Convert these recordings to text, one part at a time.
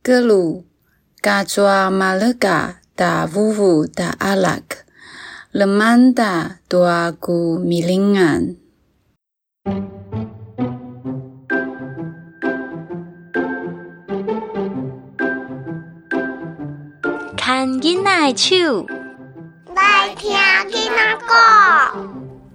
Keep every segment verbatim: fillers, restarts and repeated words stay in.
Gelu, Gajwa Malaga da Vuvu da Alak, Lemanda Dua Gu Milingan. 牵囡仔的手， 来听囡仔歌。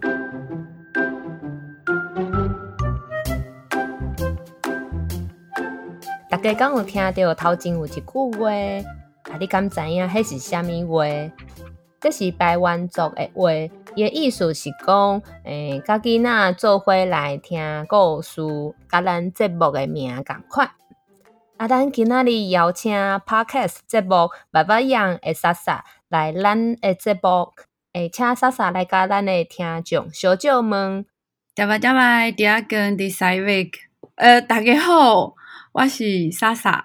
大家敢有听到头前有一句话，啊，你敢知影迄是啥物话？这是排湾族的话，伊的意思是讲，诶，甲囡仔做伙来听故事，甲咱节目的名同款。啊，咱今仔日邀请 Podcast 节目爸爸样的莎莎来咱的节目，诶，请莎莎来甲咱的听众小酒问。 大家大家，第二根第三位，呃，大家好，我是莎莎。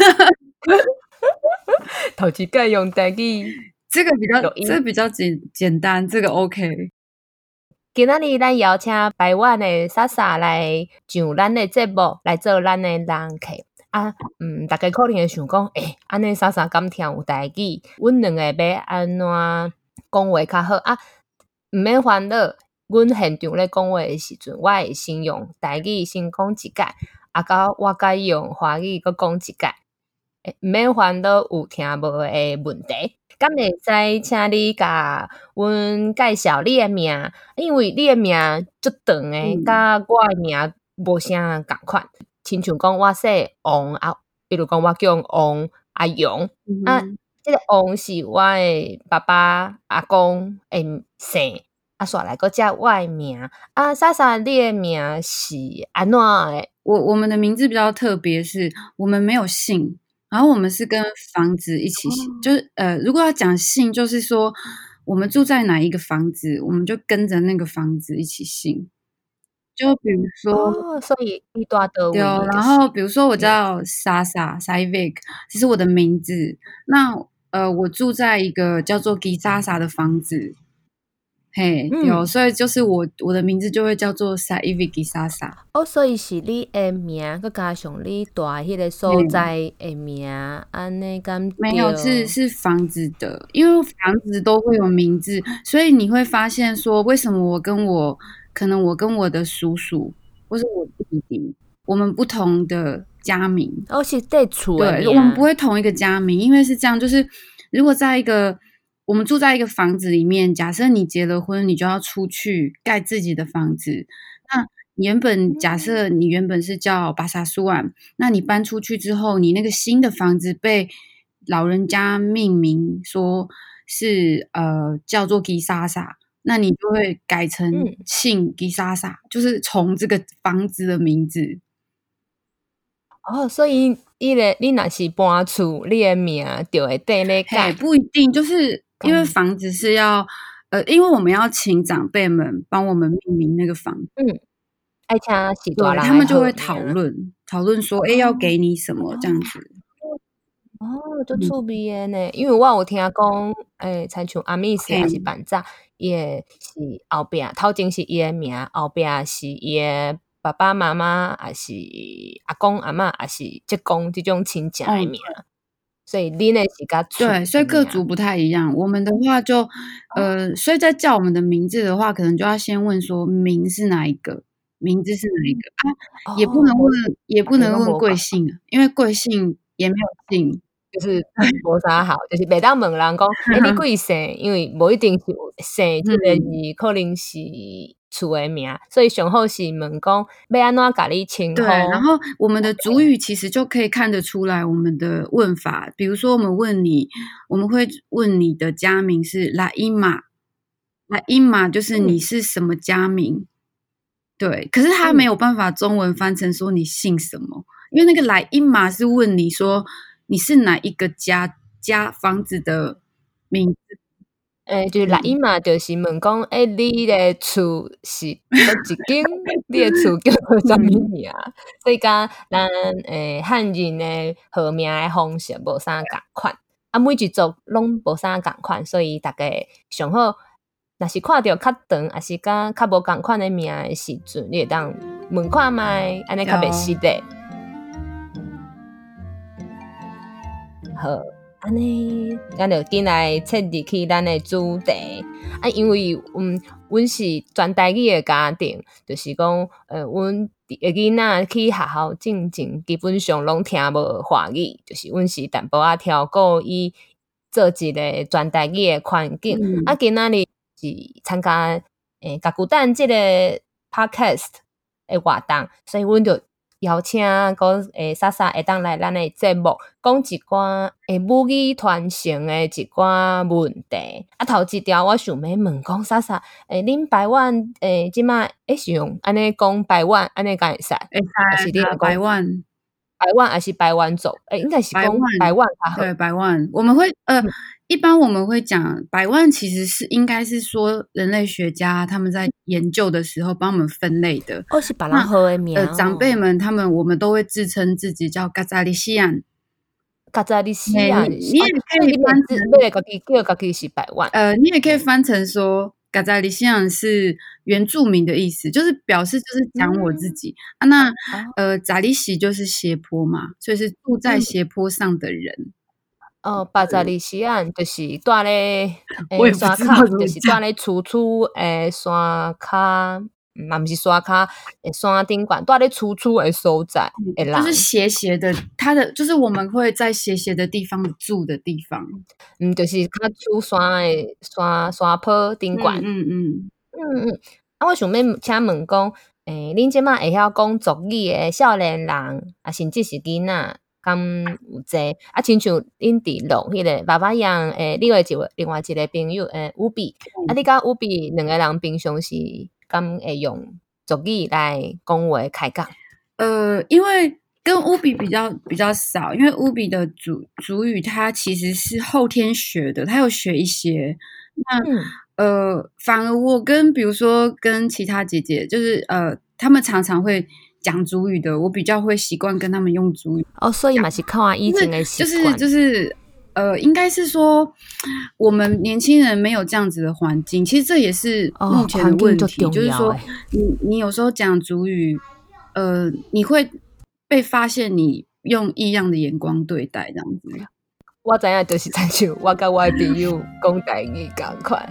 头一个用台语， 这个比较，这个比较简简单，这个 OK。 今仔日咱邀请台湾的莎莎来上咱的节目，来做咱的人客。啊，嗯，大家可能会想讲，诶，安尼莎莎敢听有台语，阮两个要安怎讲话较好啊？毋免烦恼，阮现场咧讲话的时阵，我会先用台语先讲一解，啊，甲我甲用华语搁讲一解，诶，毋免烦恼有听无的问题。敢会使请你甲阮介绍你的名，因为你的名足长诶，甲、嗯、我的名无啥共款。亲像讲我说王啊，比如讲我叫王阿勇、嗯、啊，这个王是我的爸爸阿公的姓，啊，煞来个叫我的名啊。莎莎，你的名是安怎的？ 我我们的名字比较特别，是我们没有姓，然后我们是跟房子一起姓，嗯、就是呃，如果要讲姓，就是说我们住在哪一个房子，我们就跟着那个房子一起姓。就比如说， 哦，所以你住倒位？ 对，然后比如说我叫莎莎 Saivik， 这是我的名字。那呃，我住在一个叫做吉莎莎的房子，嘿，嗯、对，所以就是我我的名字就会叫做 Saivik 吉莎莎。 哦，所以是你的名，再加上你住迄个所在的名，安尼敢对？ 没有，是是房子的，因为房子都会有名字，所以你会发现说，为什么我跟我。可能我跟我的叔叔或是我弟弟，我们不同的家名， 哦，是在厝的名， 对，我们不会同一个家名，因为是这样，就是如果在一个我们住在一个房子里面，假设你结了婚，你就要出去盖自己的房子。那原本假设你原本是叫巴萨苏安，那你搬出去之后，你那个新的房子被老人家命名说是呃叫做吉莎莎。那你就会改成姓吉莎莎、嗯，就是从这个房子的名字。 哦，所以你的你若是搬厝，你的名就会跟咧改。 不一定，就是因为房子是要、嗯、呃，因为我们要请长辈们帮我们命名那个房子。 嗯，爱请是大人， 他们就会讨论讨论说，哎、哦，要给你什么这样子。 哦，就趣味的呢、嗯，因为我有听讲，诶，亲像阿密斯还是板仔，伊诶是后壁头前是伊诶名，后壁是伊诶爸爸妈妈，还是阿公阿嬷，还是叔公这种亲戚的名、嗯，所以你呢是甲对，所以各族不太一样。我们的话就，呃，所以在叫我们的名字的话，可能就要先问说名是哪一个，名字是哪一个啊？也不能问，哦、也不能问贵姓，因为贵姓也没有姓。 就是无啥好，就是袂当问人讲，诶、欸，你几姓？因为无一定是姓，这个字可能是厝的名，所以上好是问讲要安怎甲你称呼。 对，然后我们的族语其实就可以看得出来我们的问法，比如说我们问你，我们会问你的家名是拉伊玛，拉伊玛就是你是什么家名、嗯？对，可是他没有办法中文翻成说你姓什么，因为那个拉伊玛是问你说。你是哪一个家家房子的名字？ 诶、欸，就是来伊嘛，就是问讲，诶、欸，你的厝是哪一间？你的厝叫做啥物名？所以甲咱诶汉人的号名的方式无啥共款，啊，每一族拢无啥共款，所以大家上好，若是看到较长，还是甲较无共款的名的时阵，你会当问看卖，安尼较袂失礼。 好，安尼咱就进来切入去咱的主题啊，因为嗯，阮是全台语的家庭，就是讲，呃，阮的囡仔去学校进前，基本上拢听无华语，就是阮是淡薄仔挑过伊做一个全台语的环境。 嗯、 啊，今仔日是参加诶，甲古蛋即个 podcast 的活动，所以阮就邀请讲诶，莎莎会当来咱的节目，讲一寡诶母语传承的一寡问题。啊，头一条我想要问讲莎莎，诶，恁台湾诶，即摆会是用安尼讲台湾安尼敢会使？ 会使台湾。 台湾还是台湾走？诶，应该是讲台湾较好。 对，台湾我们会呃、嗯，一般我们会讲台湾，其实是应该是说人类学家他们在研究的时候帮我们分类的。 哦，是别人好的名。 呃，长辈们他们我们都会自称自己叫嘎扎利西安。 嘎扎利西安， 你也可以翻成， 你也可以叫家己是台湾。 呃，你也可以翻成说。嘎扎利西安是原住民的意思，就是表示就是讲我自己、嗯、啊。那、哦、呃，扎利西就是斜坡嘛，所以是住在斜坡上的人。 嗯、哦，巴扎利西安就是住咧诶山卡，就是住咧楚楚诶山卡，嘛毋是山卡诶山顶管，住咧楚楚诶所在诶人， 就是斜斜的，它的就是我们会在斜斜的地方住的地方。 嗯，就是较出山诶山山坡顶管。 嗯嗯嗯嗯嗯。啊，我想要请问讲，诶，恁即摆会晓讲族语诶少年人，啊，甚至是囡仔，敢有济？啊，亲像恁伫录迄个爸爸样诶，另外一位另外一个朋友诶，乌比、嗯，啊，你甲乌比两个人平常是敢会用族语来讲话开讲？ 呃，因为跟乌比比较比较少，因为乌比的族族语它其实是后天学的，他有学一些。那、嗯、呃，反而我跟比如说跟其他姐姐，就是呃，他们常常会讲族语的，我比较会习惯跟他们用族语。 哦，所以嘛是靠以前的习惯，就是就是呃，应该是说我们年轻人没有这样子的环境，其实这也是目前的问题，哦、就, 就是说你你有时候讲族语，呃，你会被发现你用异样的眼光对待这样子。 我知影就是亲像我甲我的朋友讲台语同款，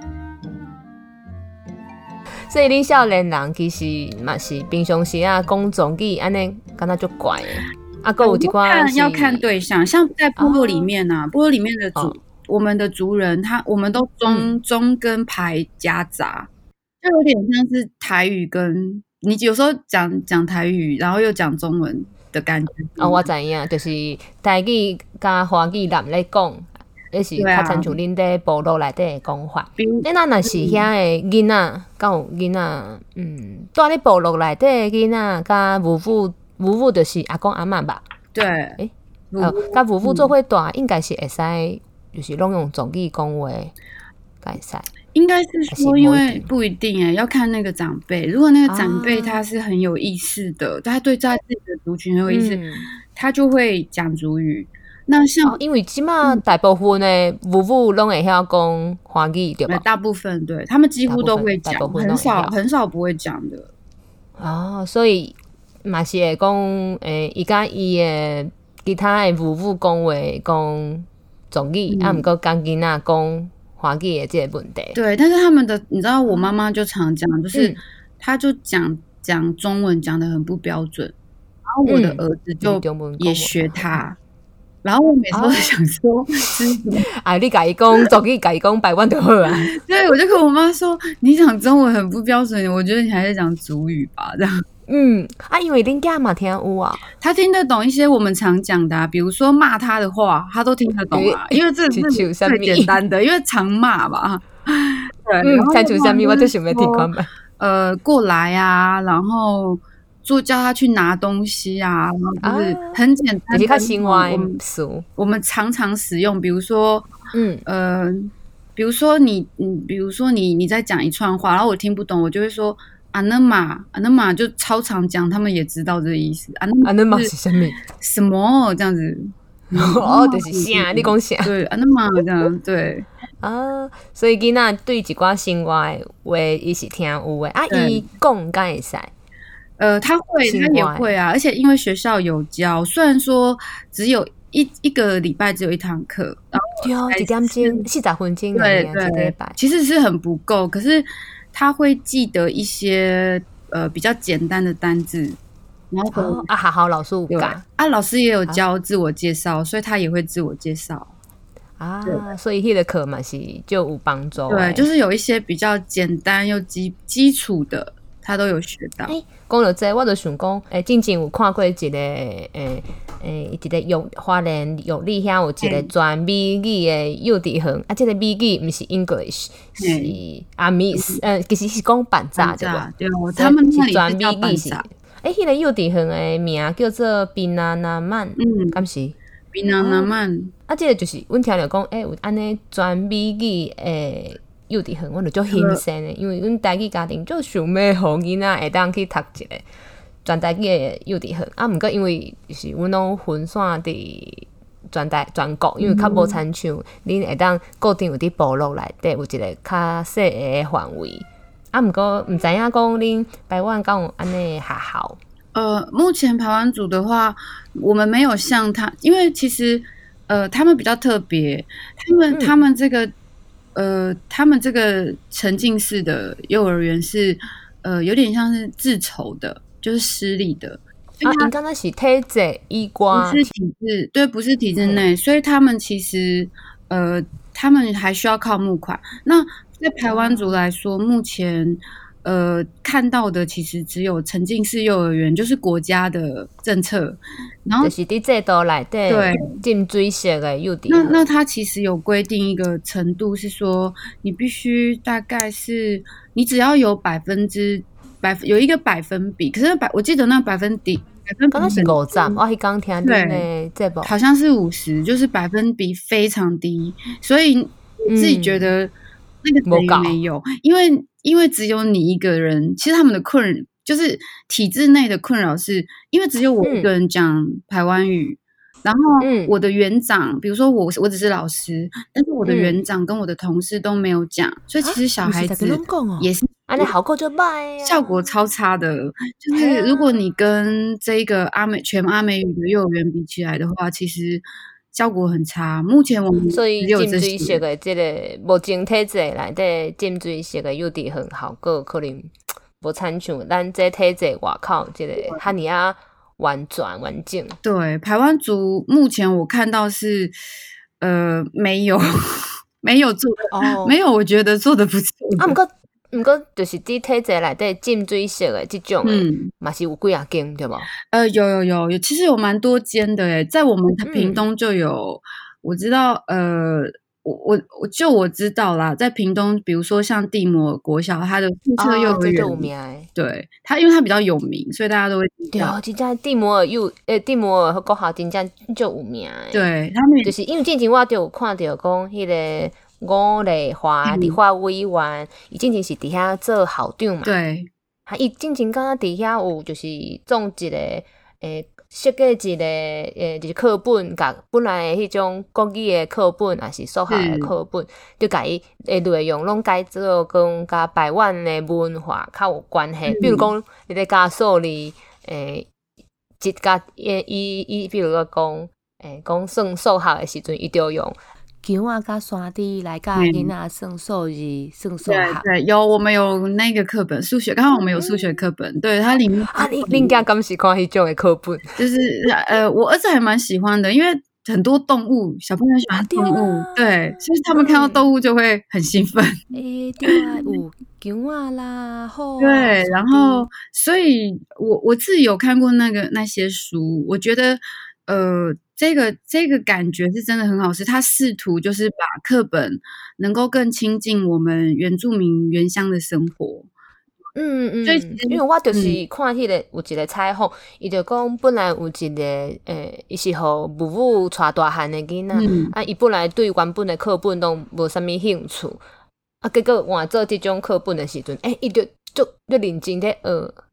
所以恁少年人其实嘛是平常时啊讲族语安尼，敢若足怪的。啊，还有一寡要看对象，像在部落里面啊，哦、部落里面的族、哦，我们的族人，他我们都中、嗯、中跟排夹杂，就有点像是台语跟你有时候讲讲台语，然后又讲中文。的感觉哦，我知影，就是台语加华语人咧讲，那是较亲像恁在部落内底的讲法。恁若若是遐的囡仔，敢有囡仔，嗯，住咧部落内底的囡仔，甲母父母父就是阿公阿嬷吧？ 对， 诶，哦，甲母父做伙住，应该是会使，就是拢用族语讲话，会使。 应该是说，因为不一定哎，要看那个长辈。如果那个长辈他是很有意识的，啊、他对他自己的族群很有意识，嗯、他就会讲族语。那像、 哦、因为起码大部分的母母拢会晓讲华语，对吧？ 大部分对他们几乎都会讲，很少很少不会讲的。 哦，所以嘛是会讲诶，伊甲伊的其他的母母讲话讲族语，啊，毋过讲囡仔讲。华语的这个问题， 对，但是他们的，你知道，我妈妈就常讲，就是、嗯、他就讲讲中文讲得很不标准，然后我的儿子就也学他，嗯、然后我每次都想说，哦、 啊，你甲伊讲族语，甲伊讲台湾就好啊。 对，我就跟我妈说，你讲中文很不标准，我觉得你还在讲族语吧，这样。 嗯，啊，因为恁囝嘛听有啊， 他听得懂一些我们常讲的、啊，比如说骂他的话，他都听得懂啊，因为这是最简单的，因为常骂嘛。对， 嗯，像像什么我就想要听看吧。 呃，过来啊，然后做叫他去拿东西啊，然后就是很简单， 就是较生活的词，我们常常使用，比如说，嗯呃，比如说你，嗯，比如说你你在讲一串话，然后我听不懂，我就会说。阿那玛，阿那玛就超常讲，他们也知道这个意思。阿那玛是什么？ 什么这样子？ 哦，就是啥？你讲啥？ 对，阿那玛这样对。 啊，所以囡仔对一寡生活的话，伊是听有诶。啊，伊讲敢会使？ 呃，他会，他也会啊。而且因为学校有教，虽然说只有一一个礼拜只有一堂课，然后对哦，一点钟四十分钟而已啊，一个礼拜其实是很不够，可是他会记得一些呃比较简单的单字。然后、 哦、啊，好好老师有教啊，老师也有教自我介绍、啊，所以他也会自我介绍啊，所以那个课嘛是就有帮助。 对，就是有一些比较简单又基基础的，他都有学到。 哎、欸，讲到这，我就想讲，诶、欸，之前有看过一个诶诶、欸欸、一个有花莲有里遐有一个专美语的幼稚园，啊，这个美语不是 English， 是阿 Miss， 呃，其实是讲板炸对吧？ 对，他们那里专叫板炸。诶，迄、那个幼稚园的名叫做比那那曼，嗯，敢是？ 比那那曼、哦， 啊，这个就是阮听着讲，诶、欸，有安尼专美语诶幼稚园，我就足兴奋的，因为阮台语家庭就想要互囡仔会当去读一个全台语的幼稚园，啊，毋过因为就是阮拢分散伫全台全国，因为较无亲像恁会当固定有伫部落内底有一个较细个范围。啊，毋过毋知影讲恁台湾敢有安尼学校？ 呃，目前排湾族的话，我们没有像他，因为其实呃，他们比较特别，他们、嗯、他们这个呃，他们这个沉浸式的幼儿园是呃，有点像是自筹的，就是私立的。 啊，你刚才是体制以外， 不是体制，对，不是体制内、嗯，所以他们其实呃，他们还需要靠募款。那在排湾族来说，目前呃看到的其实只有沉浸式幼儿园，就是国家的政策，然后就是伫制度内底对浸水式的幼稚园。 那那它其实有规定一个程度，是说你必须大概是你只要有百分之百有一个百分比，可是百我记得那百分比百分比刚刚是五十，我迄刚听恁的节目好像是五十，就是百分比非常低，所以我自己觉得。嗯那个等于没有，因为因为只有你一个人，其实他们的困就是体制内的困扰是，因为只有我一个人讲排湾语，嗯、然后我的园长，比如说我我只是老师，但是我的园长跟我的同事都没有讲，嗯、所以其实小孩子也是， 啊，你好过就拜， 效果超差的。就是如果你跟这个阿美全阿美语的幼儿园比起来的话，其实。效果很差，目前我们所以浸水式的这个目前体制内底浸水式的幼稚园效果可能无亲像咱这体制外口这个哈尼啊完全完整。 对，排湾族目前我看到是呃没有没有做的、哦、没有，我觉得做的不错。 啊，不过不过就是伫体制内底浸水式的这种的，嗯，嘛是有几啊间对吧？ 呃，有有有有，其实有蛮多间的诶，在我们屏东就有，嗯、我知道，呃，我我我就我知道啦，在屏东，比如说像地摩国小，它的附设幼儿园， 哦、 对它，因为它比较有名，所以大家都会知道。 对，真正地摩尔幼诶，地摩尔和国小真正就有名诶。 对，他们就是因为之前我就有看到讲迄个。吴丽华立法委员，伊之前是伫遐做校长嘛？ 对， 哈，伊之前敢若伫遐有就是种一个诶，设计一个诶，就是课本，甲本来迄种国语诶课本，还是数学诶课本，就甲伊诶内容拢改做跟甲台湾诶文化较有关系。嗯、比如讲，你咧加数字，诶，一加伊伊伊，比如讲，诶，讲算数学诶时阵，伊就用。球啊，甲山地来教囡仔算数字、算数学。 对对，有我们有那个课本，数学刚好我们有数学课本，嗯、对它里面啊，你恁家敢是看迄种的课本？ 就是呃，我儿子还蛮喜欢的，因为很多动物，小朋友喜欢动物，啊、对，所以他们看到动物就会很兴奋。 诶、欸，对啊，有球啊啦，好。 对，然后所以我我自己有看过那个那些书，我觉得呃。这个这个感觉是真的很好，是他试图就是把课本能够更亲近我们原住民原乡的生活。 嗯嗯，所以因为我就是看迄、那个、嗯、有一个采访，伊就讲本来有一个诶，伊、呃、是互母母带大汉的囡仔，嗯、啊，伊本来对原本的课本都无啥物兴趣，啊，结果换做这种课本的时阵，诶、欸，伊就就就认真在学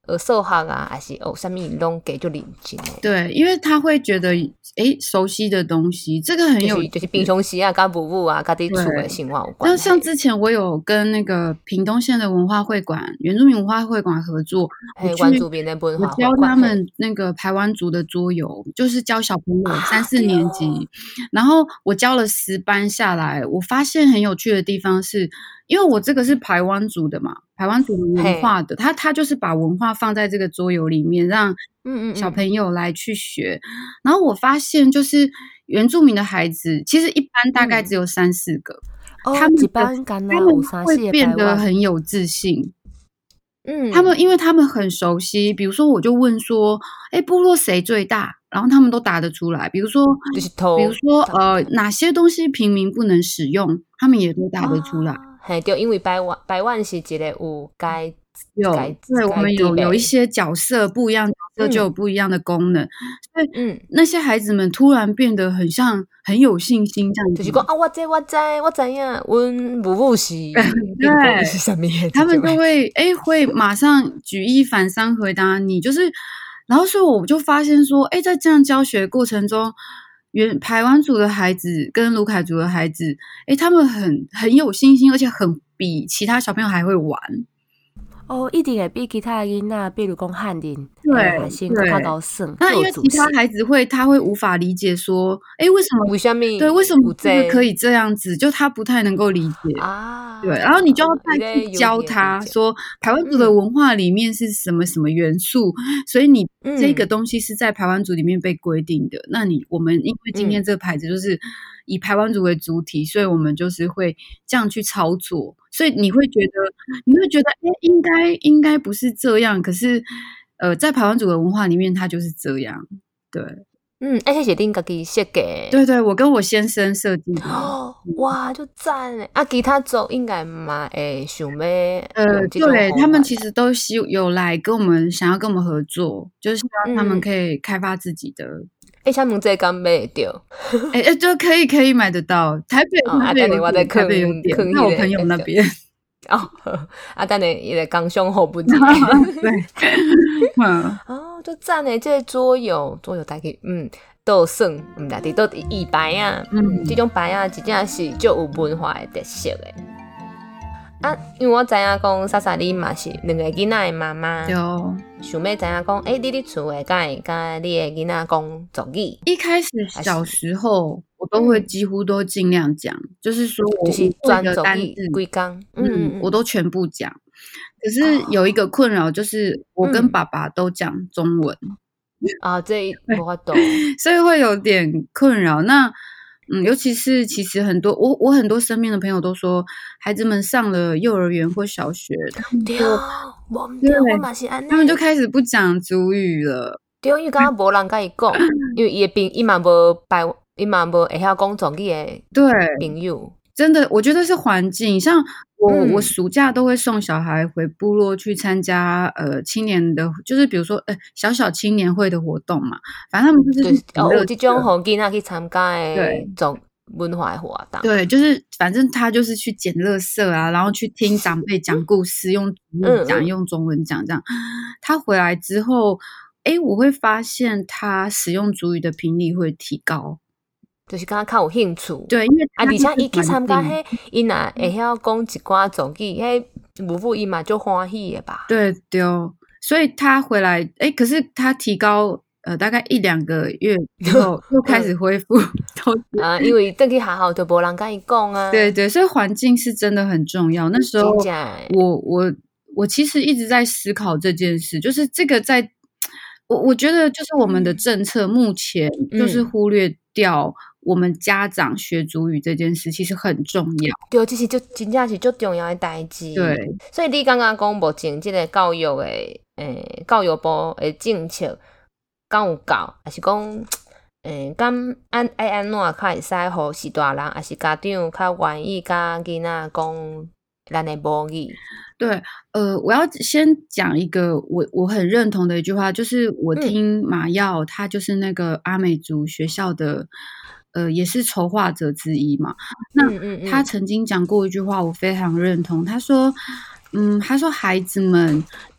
学数学啊，还是学什么拢加足认真的。 对，因为他会觉得，诶，熟悉的东西，这个很有， 就是就是平常时啊，跟母母啊，跟你厝的生活有关。 那像之前我有跟那个屏东县的文化会馆、原住民文化会馆合作， 嘿，原住民的文化会馆，我教他馆们那个排湾族的桌游，就是教小朋友三四年级，然后我教了十班下来，我发现很有趣的地方是，因为我这个是排湾族的嘛，排湾族的文化的，他他就是把文化放在这个桌游里面，让小朋友来去学。嗯嗯嗯，然后我发现就是原住民的孩子，其实一班大概只有三四个， 嗯、 他们一班他们会变得很有自信。嗯，他们因为他们很熟悉，比如说我就问说，哎，部落谁最大？然后他们都答得出来。比如说， 就是偷比如说呃，哪些东西平民不能使用，他们也都答得出来。 嘿、啊，对，因为台湾台湾是一个有该有，对，我们有有一些角色不一样，角色就有不一样的功能，嗯、所以嗯，那些孩子们突然变得很像很有信心这样子， 就是讲啊，我这我知我知影，阮母母是对是什么？ 他们就会哎会马上举一反三回答你，就是，然后所以我就发现说，哎，在这样教学过程中。原排湾族的孩子跟卢凯族的孩子，哎，他们很很有信心，而且很比其他小朋友还会玩。 哦，一定会比其他的囡仔，比如讲汉人， 对， 还是更较高算。 那因为其他孩子会，他会无法理解说，哎，为什么？ 为什么？ 对，为什么这个可以这样子？就他不太能够理解啊。对，然后你就要再去教他说，排湾族的文化里面是什么什么元素，嗯、所以你这个东西是在排湾族里面被规定的。嗯、那你我们因为今天这个牌子就是以排湾族为主体，所以我们就是会这样去操作。所以你会觉得，你会觉得，哎，应该应该不是这样，可是，呃，在排湾族的文化里面，它就是这样，对， 嗯，而且是恁家己设计， 对对，我跟我先生设计的， 哦，哇，就赞诶！啊，其他族应该嘛会想要， 呃，对，他们其实都希有来跟我们想要跟我们合作，就是希望他们可以开发自己的。 哎，厦门这刚买到， 哎哎，就可以可以买得到。台北台北有点， 台北有点，在我朋友那边。 哦，啊，等下伊个刚胸后不止。 对， 嗯，哦，就赞诶！这桌游桌游大概嗯都算，嗯，大概都一牌啊，嗯，这种牌啊，真正是就有文化的特色诶。啊，因为我知影讲，莎莎你嘛是两个囡仔的妈妈， 对， 想要知影讲，诶、欸，你伫厝诶，敢会甲你的囡仔讲族语？ 一开始小时候，我都会几乎都尽量讲，嗯、就是说我就是专族语规讲， 嗯，我都全部讲。可是有一个困扰，就是我跟爸爸都讲中文啊、嗯，这无法度， 所以会有点困扰。那嗯，尤其是其实很多我我很多身边的朋友都说，孩子们上了幼儿园或小学，他们就对，我嘛是安尼， 他们就开始不讲族语了。 对，因为刚刚无人甲伊讲，因为伊的朋伊嘛无白，伊嘛无会晓讲族语的对朋友。 真的，我觉得是环境。像我，嗯、我暑假都会送小孩回部落去参加呃青年的，就是比如说呃小小青年会的活动嘛。反正他们就是哦，有这种互囡仔去参加的种文化的活动。 对，就是反正他就是去捡垃圾啊，然后去听长辈讲故事，用族语讲，用中文讲，这样。他回来之后，哎，我会发现他使用族语的频率会提高。 就是感觉较有兴趣， 对，因为啊，而且伊去参加迄，伊若会晓讲一寡族语，迄母父伊嘛就欢喜的吧？ 对对，所以他回来，哎，可是他提高呃大概一两个月之后又开始恢复， 啊，因为等去学校就无人甲伊讲啊。 对对，所以环境是真的很重要。那时候我我我其实一直在思考这件事，就是这个在，我我觉得就是我们的政策目前就是忽略掉。我们家长学族语这件事其实很重要， 对，这是就真正是最重要的代志。 对， 所以你刚刚讲目前这个教育的诶，教育部的政策敢有够，还是讲诶，敢安爱安怎较会使互是大人，还是家长较愿意甲囡仔讲咱的母语？ 对，呃，我要先讲一个我我很认同的一句话，就是我听马耀，嗯、他就是那个阿美族学校的。呃，也是筹划者之一嘛。那他曾经讲过一句话，我非常认同。他说：“嗯，他说孩子们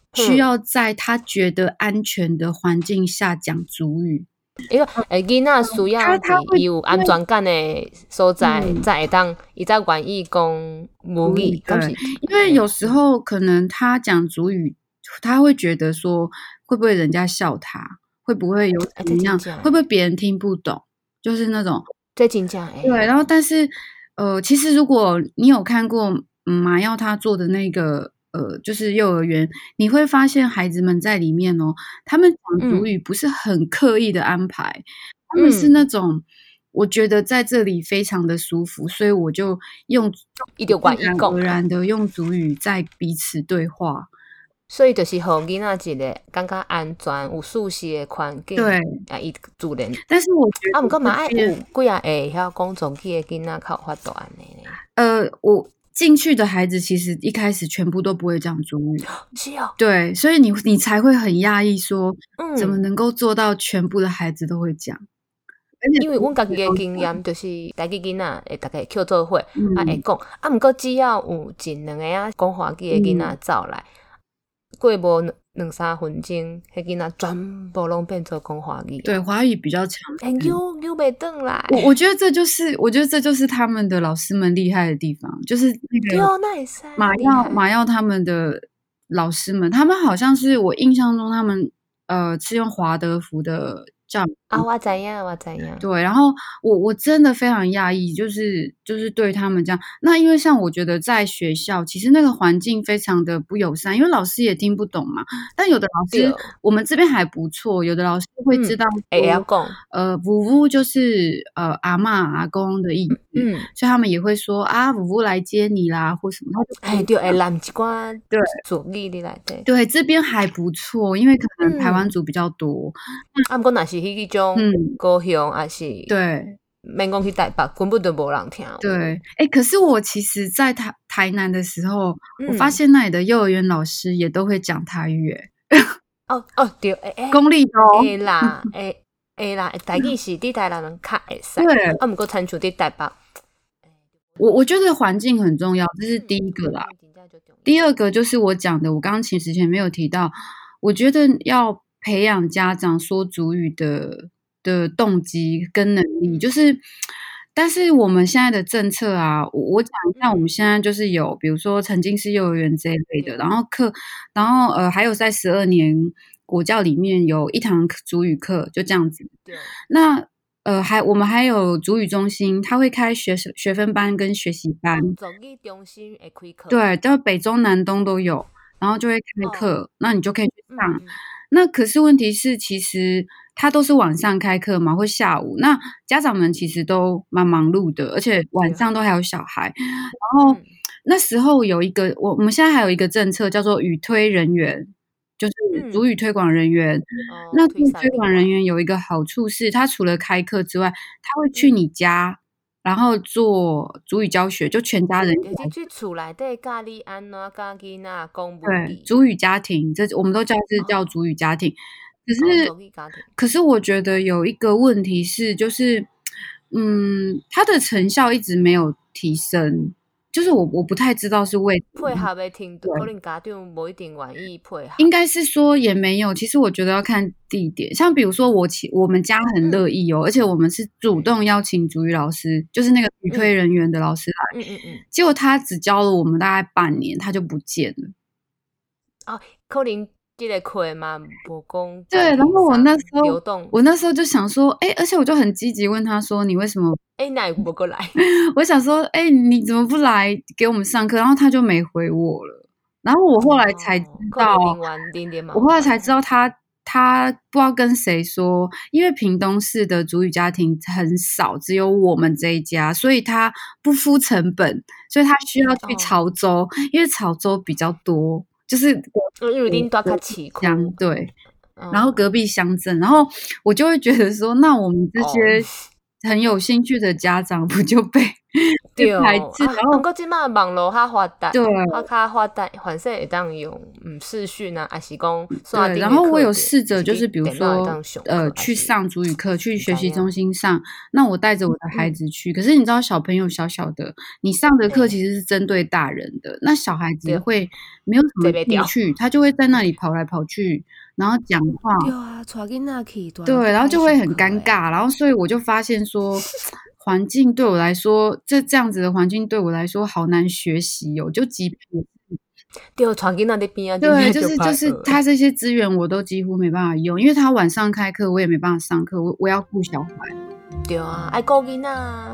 需要在他觉得安全的环境下讲族语。 因为诶，囡仔需要伫伊有安全感的所在， 嗯才会当伊才愿意讲母语，敢是？ 因为有时候可能他讲族语，他会觉得说会不会人家笑他，会不会有哎怎么样， 这真的会不会别人听不懂，就是那种这真正诶。 对。然后但是呃，其实如果你有看过嗯马耀他做的那个呃，就是幼儿园，你会发现孩子们在里面哦，他们讲族语不是很刻意的安排，他们是那种我觉得在这里非常的舒服，所以我就用伊就愿意自然讲而然的用族语在彼此对话。 所以就是互囡仔一个感觉安全、有舒适的环境， 对啊，伊自然。 但是我觉得啊，毋过嘛爱这边有几啊个会晓讲族语的囡仔，较有法度安尼呢。 呃，我进去的孩子其实一开始全部都不会讲族语， 是哦， 对，所以你你才会很讶异说， 嗯怎么能够做到全部的孩子都会讲？而且因为阮家己的经验就是，台语囡仔会逐个扣做伙， 嗯啊会讲，啊毋过只要有一两个啊讲华语的囡仔走来，过无两两三分钟，迄囡仔全部拢变做讲华语。 对，华语比较强。 哎，扭扭袂转来。 我我觉得这就是，我觉得这就是他们的老师们厉害的地方，就是那对个哦那也是马厉害耀马耀他们的老师们，他们好像是我印象中他们呃是用华德福的教育啊，我知影，我知影。 对，然后我我真的非常讶异，就是就是对他们这样。那因为像我觉得在学校，其实那个环境非常的不友善，因为老师也听不懂嘛。但有的老师对， 我们这边还不错，有的老师会知道嗯会晓讲， 呃，姑姑就是呃阿嬷阿公的意思， 嗯， 所以他们也会说啊，姑姑来接你啦，或什么。他就哎，对，会揽一寡对主语你来对。 对，这边还不错，因为可能台湾嗯族比较多。 啊，毋过若是迄种嗯高雄，还是对。 免讲去台北，根本就无人听。 对，哎，可是我其实在台台南的时候， 嗯我发现那里的幼儿园老师也都会讲台语，诶哦哦，对，诶诶， 公立的哦。 会啦，会会啦，台语是伫台南人较会使， 对， 啊，毋过亲像伫台北， 我我觉得环境很重要，这是第一个啦。第二个就是我讲的，我刚刚其实前面有提到，我觉得要培养家长说族语的的动机跟能力，就是但是我们现在的政策啊，我我讲一下，我们现在就是有，比如说曾经是幼儿园这一类的，然后课，然后呃，还有在十二年国教里面有一堂族语课，就这样子。 对， 那呃，还我们还有族语中心，它会开学学分班跟学习班， 族语中心会开课， 对，到北中南东都有，然后就会开课，那你就可以去上。 嗯， 那可是问题是，其实它都是晚上开课嘛，或下午。那家长们其实都蛮忙碌的，而且晚上都还有小孩。然后嗯那时候有一个，我我们现在还有一个政策叫做语推人员，就是嗯族语推广人员。 哦那这个推散推广人员有一个好处是，他除了开课之外，他会去你家，然后做族语教学，就全家人一起来就是去厝内底教你安怎教囡仔讲母对， 语， 族语家庭，这我们都叫是叫族语家庭。可哦是， 族语家庭， 可是我觉得有一个问题是，就是，嗯，它的成效一直没有提升，就是我我不太知道是为什么配合的程度， 对可能家长无一定愿意配合。 应该是说也没有。其实我觉得要看地点，像比如说我其我们家很乐意哦，而且我们是主动邀请族语老师，就是那个语推人员的老师来， 嗯嗯嗯， 结果他只教了我们大概半年，他就不见了。 哦，可能这个课嘛，无讲对，然后我那时候流动， 我那时候就想说，哎，而且我就很积极问他说，你为什么？ 哎，那也不过来， 我想说，哎，你怎么不来给我们上课？然后他就没回我了。然后我后来才知道， 哦可能零零嘛我后来才知道他他不知道跟谁说，因为屏东市的族语家庭很少，只有我们这一家，所以他不敷成本，所以他需要去哦潮州，因为潮州比较多，就是嗯因为恁住较市区， 乡对。 嗯然后隔壁乡镇，然后我就会觉得说，那我们这些很有兴趣的家长不就被、 对排斥， 啊， 然后不过即马网络较发达， 对啊较发达，反正会当用嗯视讯啊，还是讲线对， 顶然后我有的课程， 试着就是比如电脑会说当上课， 呃还是去上主语课，去不知学习中影。 心上，那我带着我的孩嗯， 子去，可是你知道小朋友小小的，你上的课嘿， 其实是针对大人的，那小孩子对， 会没有什么坐袂牢。 兴趣，他就会在那里跑来跑去，然后讲话， 对啊，带囡仔去，大人对， 搁然后歹上就会很课诶。 尴尬，然后所以我就发现说，环境对我来说，这这样子的环境对我来说好难学习哦，就即便对，带囡仔伫边啊，真对， 正就是就就歹学诶。 是他这些资源我都几乎没办法用，因为他晚上开课，我也没办法上课，我我要顾小孩。 对啊，爱顾囡仔啊。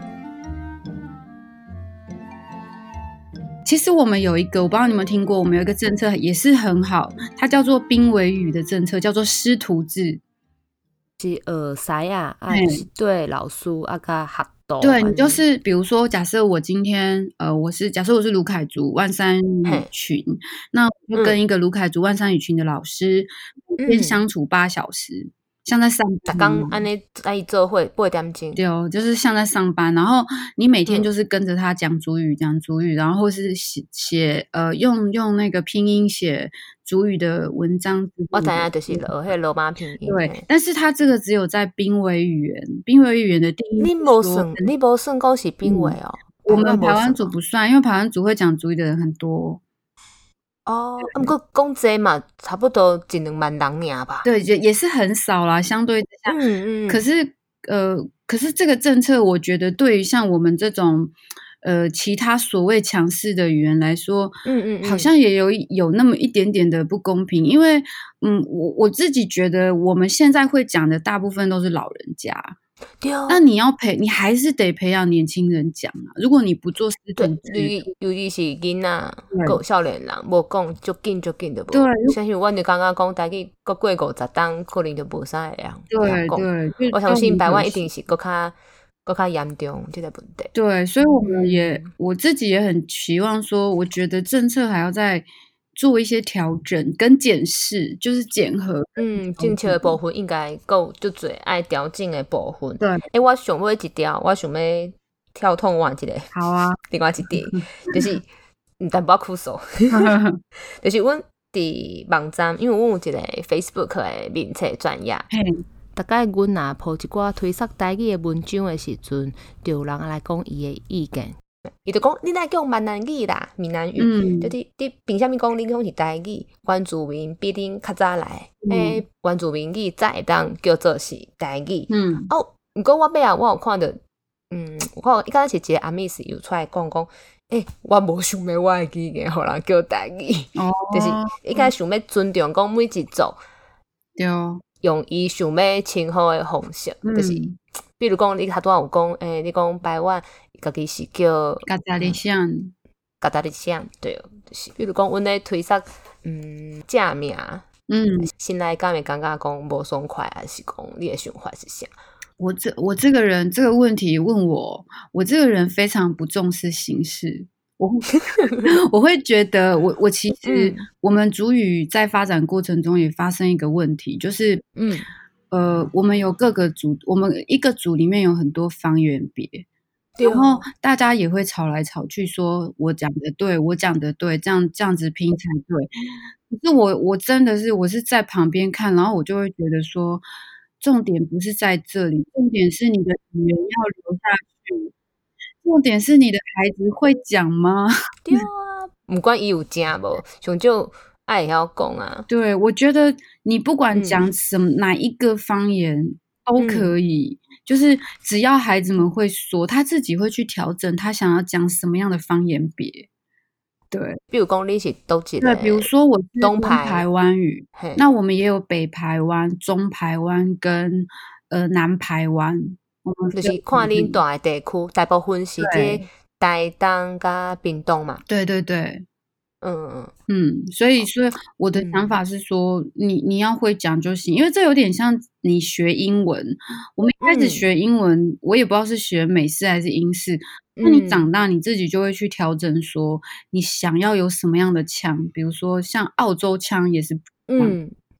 其实我们有一个，我不知道你有没有听过，我们有一个政策也是很好，它叫做濒危语的政策，叫做师徒制。 是耳塞啊，啊， 嘿是对老师啊，甲学徒对你安尼就是比如说，假设我今天呃，我是假设我是卢凯族万山语嘿， 群，那我就跟嗯一个卢凯族万山语群的老师每天嗯， 相处八小时，像在上逐班一样。 工安尼在伊做伙八点钟。 对哦，就是像在上班，然后你每天嗯， 就是跟着他讲主语，讲主语，然后或是写写呃用用那个拼音写主语的文章之我类的。 知影就是罗迄罗马拼音对， 嘿。 但是它这个只有在濒危语言，濒危语言的定义你是说， 无算，你无算讲是濒危嗯， 哦， 我台湾们台湾无算哦。 族不算，因为台湾族会讲主语的人很多。 哦，啊，毋过讲济嘛，差不多一两万人尔吧。 对，也也是很少啦，相对之下。 嗯嗯， 可是呃，可是这个政策，我觉得对于像我们这种呃其他所谓强势的语言来说， 嗯嗯嗯， 好像也有一有那么一点点的不公平。因为嗯，我我自己觉得我们现在会讲的大部分都是老人家， 对那你要培，你还是得培养年轻人讲啊。如果你不做师徒对， 制， 尤其尤其是囡仔、 对个少年人，无讲足紧足紧就无。 对相信阮就感觉讲台语搁过五十档，可能就无啥会晓会晓讲。 对对，就我相信台就很可惜。 湾一定是搁较搁较严重即个问题。 对，所以我们也嗯， 我自己也很期望说，我觉得政策还要再做一些调整跟检视，就是检核跟嗯， 调政策的整。 部分应该还有足侪爱调整的部分。 对， 诶，我想尾一条，我想要跳通换一个， 好啊， 另外一点就是嗯，淡薄仔苦手，就是阮伫网站，因为阮有一个 Facebook 的面册专页。 嘿， 大概阮若抛一寡推测台语的文章的时阵，就有人来讲伊的意见。 伊就讲你来讲闽南语啦，闽南语， 嗯就是你凭啥物讲你讲是台语？原住民比恁较早来， 嗯诶、原住民语才会当叫做是台语。 嗯哦，毋过我尾啊，我有看到，嗯，我看伊敢若是一个阿 Miss 有出来讲讲，诶、我无想要我的语言互人叫台语， 哦， 就是伊敢想要尊重讲每一族对哦， 用伊想要称呼的方式，就是嗯， 比如讲你头拄仔有讲，诶、你讲台湾家己是叫嘎达里像， 嘎达里像，对，就是比如讲阮咧推测，嗯，正名， 嗯， 心内敢会感觉讲无爽快，还是讲你的想法是啥？ 我这我这个人这个问题问我，我这个人非常不重视形式。我会我会觉得我我其实嗯我们主语在发展过程中也发生一个问题，就是嗯呃，我们有各个组，我们一个组里面有很多方言别， 对然后大家也会吵来吵去，说我讲的对，我讲的对，这样这样子拼才对。可是我我真的是我是在旁边看，然后我就会觉得说，重点不是在这里，重点是你的语言要留下去，重点是你的孩子会讲吗？ 对啊，毋管伊有正无，上少爱会晓讲啊。 对，我觉得你不管嗯讲什么、哪一个方言都可以，就是只要孩子们会说，他自己会去调整他想要讲什么样的方言别。对比如讲你是倒一对， 个， 比如说我是东东排排湾语， 嘿， 那我们也有北排湾、中排湾跟呃南排湾。我们就是看恁大的地区，大部分是对这台东甲屏东嘛。 对对对， 嗯嗯嗯，所以所以我的想嗯法是说，你你要会讲就行，因为这有点像你学英文。我们一开始嗯学英文，我也不知道是学美式还是英式。那你嗯长大，你自己就会去调整，说你想要有什么样的腔，比如说像澳洲腔也是不一样， 嗯，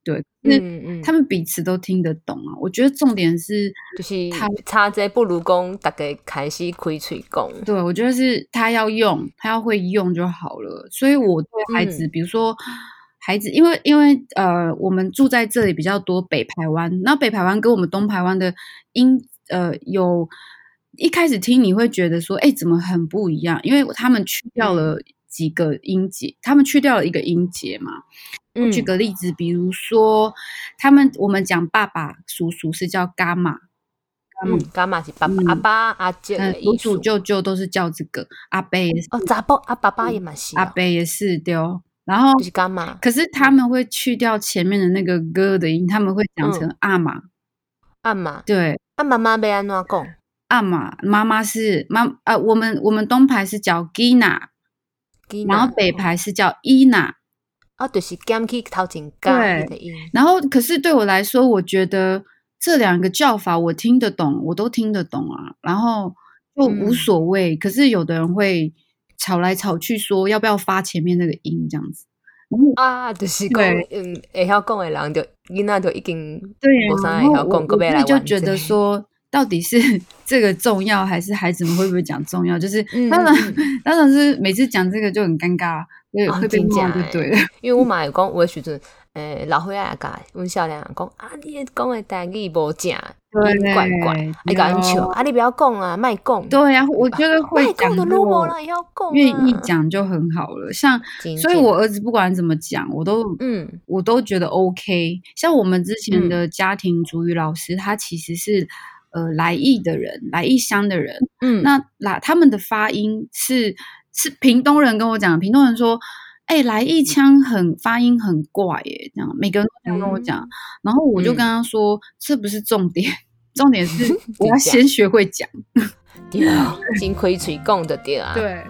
对，就是嗯嗯， 他们彼此都听得懂啊。我觉得重点是， 就是差这不如讲大家开始开嘴讲。 对，我觉得是他要用，他要会用就好了。所以我对孩子， 嗯比如说孩子，因为因为呃，我们住在这里比较多北台湾，那北台湾跟我们东台湾的音呃有一开始听你会觉得说，哎，怎么很不一样？因为他们去掉了几个音节，他们去掉了一个音节嘛。我举嗯个例子，比如说他们我们讲爸爸叔叔是叫伽马， 嗯，干嘛是爸爸、 嗯阿爸、阿姐嗯， 的意思叔叔。舅舅都是叫这个，阿伯也是， 哦，查甫啊，爸爸也嘛是啊， 阿伯也是对哦。然后就是干嘛？ 可是他们会去掉前面的那个哥的音，他们会讲嗯成阿玛。 阿妈， 对， 啊妈妈要安怎讲？ 阿玛妈妈是妈呃，我们我们东排是叫 Gina，然后北排是叫伊娜。 啊，就是减去头前加对的音。 然后可是对我来说，我觉得这两个叫法我听得懂，我都听得懂啊，然后就无所谓。可是有的人会吵来吵去，说要不要发前面那个音这样子。 啊，就是讲， 对嗯，会晓讲的人就囡仔就已经对啊， 无啥然后我会晓讲， 我个要来玩就觉得说，到底是这个重要，还是孩子们会不会讲重要？就是嗯当然嗯嗯当然是每次讲这个就很尴尬，会啊会被骂真的就对了。 因为我嘛有讲有的时阵，诶，老岁仔甲阮少年人讲啊，你讲的台语无正，音怪怪， 对伊甲阮笑，啊，你不要讲啊，莫讲。 对啊，我觉得会莫讲讲的如无过人会晓讲啊， 愿意讲就很好了。像， 真所以我儿子不管怎么讲，我都嗯我都觉得 OK。像我们之前嗯的家庭主语老师，他其实是呃来义的人，来义乡的人。 嗯， 那来他们的发音是是屏东人跟我讲，屏东人说，哎、来义腔很发音很怪耶，这样每个人都这样跟我讲。 嗯然后我就跟他说，这不是重点，重点是我要先学会讲。 对啊，先开嘴讲就对啊。 对。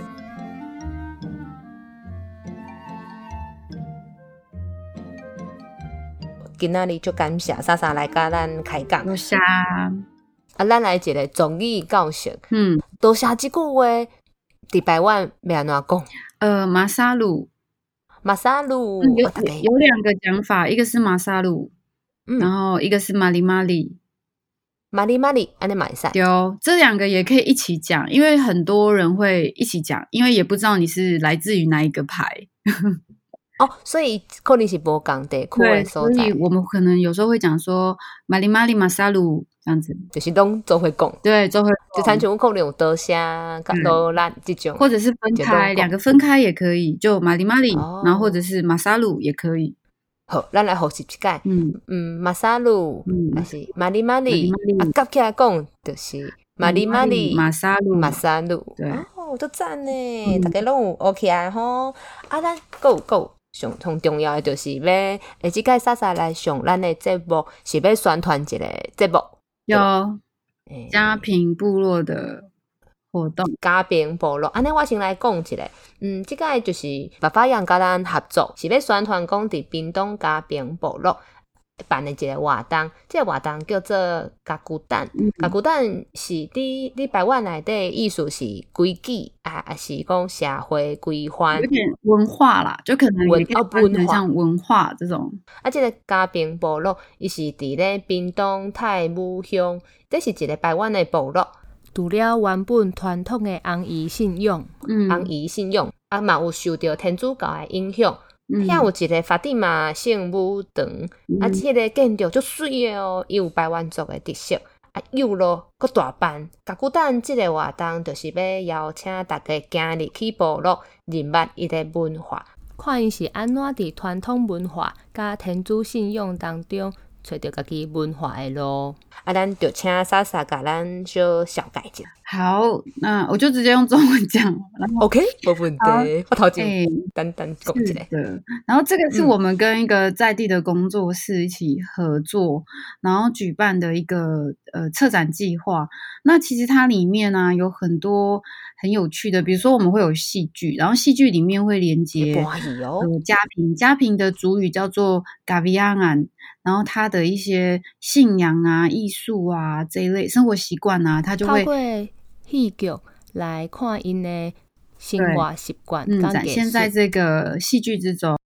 今仔日就感谢莎莎来甲咱开讲。 多谢。 啊，咱来一个综艺教学， 嗯， 多谢即句话，伫台湾要安怎讲？ 呃，马萨鲁， 马萨鲁， 嗯有我大概有两个讲法，一个是马萨鲁， 嗯然后一个是马里马里。 玛丽玛丽，安尼嘛会使。 有这两个也可以一起讲，因为很多人会一起讲，因为也不知道你是来自于哪一个牌。 哦，所以可能是无共地区对， 的所在， 所以我们可能有时候会讲说马里马里马萨鲁这样子。 就是拢做伙讲。 对，就会就参像我可能有多谢、甲多兰即种， 或者是分就都开， 讲两个分开也可以，就马里马里， 哦然后或者是马萨鲁也可以。 好，咱来复习一解。 嗯， 嗯，马萨鲁嗯还是马里马里马里马，里啊，夹起来讲就是马里马里、 马萨鲁， 马萨鲁。 对哦，都赞呢， 嗯大家拢有学起来吼。啊，咱够够上上重要的就是要，诶，即届莎莎来上咱的节目是要宣传一个节目， 有诶家平部落的活动。 家平部落，安尼我先来讲一下。嗯，即个就是白发羊甲咱合作，是要宣传讲伫屏东家平部落办的一个活动。即、个活动叫做家具蛋。家具蛋是伫伫台湾内底意思是规矩啊，还是讲社会规范有？点文化啦，就可能文也可以哦翻成文化像文化这种。 啊，即、个家平部落，伊是伫咧屏东太武乡，这是一个台湾的部落。 除了原本传统的红衣信仰， 嗯， 红衣信仰，啊嘛有受到天主教的影响。 嗯遐有一个法蒂玛圣母堂，啊， 嗯即个建筑足水的哦，伊有排湾族的特色，啊，又咯搁大办。甲古蛋即个活动，就是要邀请大家行入去部落，认捌伊的文化。 看伊是安怎伫传统文化甲天主信仰当中找到家己文化的路。 啊，咱就请莎莎甲咱小小解一下。 好，那我就直接用中文讲。然后 OK，无问好题。我头前哎单单讲一是个。 的，然后这个是嗯我们跟一个在地的工作室一起合作，然后举办的一个呃策展计划。那其实它里面呢、有很多很有趣的，比如说我们会有戏剧，然后戏剧里面会连接欢喜哦， 呃家平，家平的主语叫做 Gavianan，然后他的一些信仰啊、艺术啊这一类生活习惯啊，他就会透过戏剧来看因的生活习惯， 嗯跟艺展现在术这个戏剧之中。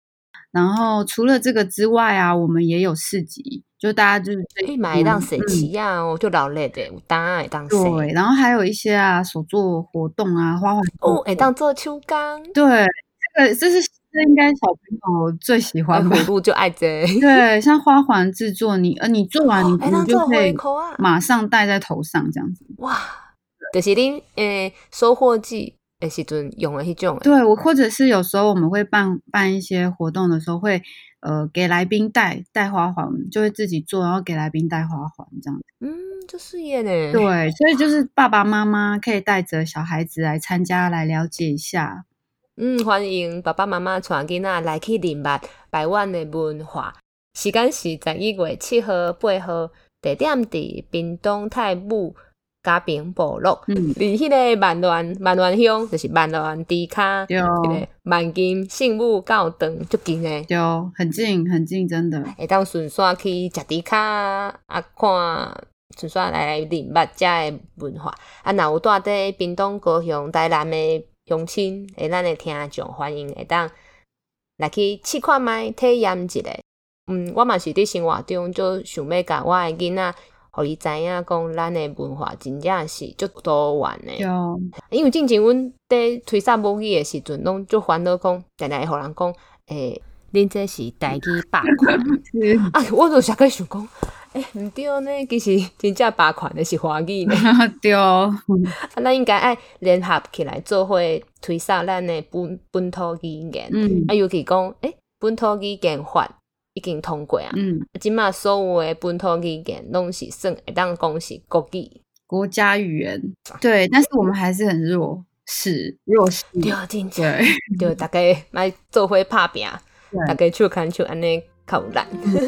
然后除了这个之外啊，我们也有市集，就大家就是诶嘛会当踅市啊哦，就热闹的，有当然会当对， 踅。 然后还有一些啊手作活动啊，花环哦，会当做手工， 对，这个这是这应该小朋友最喜啊， 欢吧？ 葫芦就爱这。 对，像花环制作，你呃你做完你会当做你就可以花箍啊， 马上戴在头上这样子。 哇！就是恁诶收获季的时阵用的迄种诶。 对，我或者是有时候我们会办办一些活动的时候会，呃给来宾戴戴花环，就会自己做，然后给来宾戴花环这样子。 嗯，就是耶呢。 对，所以就是爸爸妈妈可以带着小孩子来参加，来了解一下。 嗯，欢迎爸爸妈妈带囡仔来去认捌台湾的文化。时间是十一月七号、八號，地點伫屏東太武嘉平部落， 嗯， 離迄個萬巒萬巒鄉，就是萬巒池骹， 对哦迄個萬金聖母教堂足近誒。 对哦，很近很近，真的。 会当顺线去食猪骹啊，看顺线来认捌遮的文化。啊，若有住伫屏東高雄台南的乡親，诶，咱的聽眾歡迎會當來去試看覓體驗一下。嗯，我嘛是伫生活中就想要甲我的囡仔，互伊知影講咱的文化真正是足多元的。 对哦， 因為之前阮伫吹哨母語的時陣，攏足煩惱講，定定會互人講，誒、 恁这是台语霸权， 啊，我就想个想讲，诶、毋对呢，其實真正霸权的是華語呢。 对哦， 啊，咱應該愛聯合起來做伙推廣咱的本本土語言。 嗯啊，尤其講，誒、本土語言法已經通過啊。 嗯， 即馬所有的本土語言攏是算會當講是國語。 国家语言，对，但是我们还是很弱势，弱势。 對，真正对， 對，大家來做伙拍拼，大对， 家手牽手安尼較有力。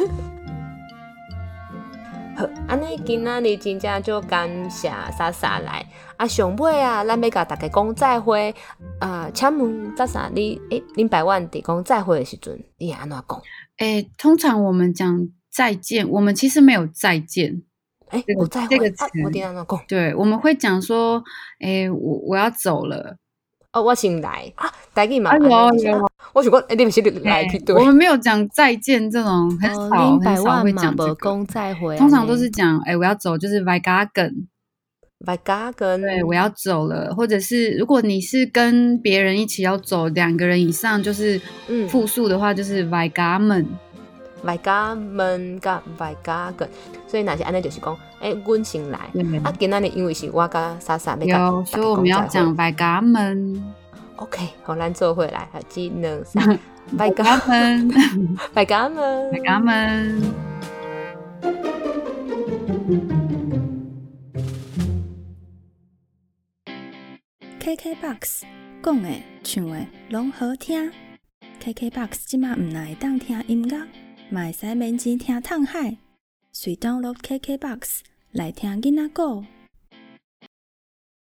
好，安尼今仔日真正就感謝莎莎來。啊，上尾啊，咱要甲大家講再會。啊，請問莎莎，你誒，恁台灣佇講再會的時陣，你會安怎講？ 诶，通常我们讲再见，我们其实没有再见誒， 这个我再这个， 會啊， 词， 我點安怎講？ 对，我们会讲说，诶，我我要走了。 哦，我先來啊，台語嘛， 啊有安尼就是有啊我想講，誒，你毋是來诶去對我？们没有讲再见这种，很哦， 少恁台很少会湾嘛讲这个， 无讲再会， 通常都是讲，诶，我要走，就是 v i g a g a n 外加跟对，我要走了，或者是如果你是跟别人一起要走，两个人以上，就是嗯复数的话，就是 v i g a m e n 外加們甲外加跟，所以若是安尼就是講，誒，阮先來。 对， 啊，今仔日因為是我甲莎莎要甲有， 大家所以我们要講再會讲 v i g a m e n OK，好，咱做回来，一、二、三，拜 v i g 家 a m e n 拜家们 v i g a m e n K K B O X 讲的、唱的拢好听。K K B O X 即马毋但会当听音乐，嘛会使免钱听唱海。随 download K K B O X 来听囡仔歌。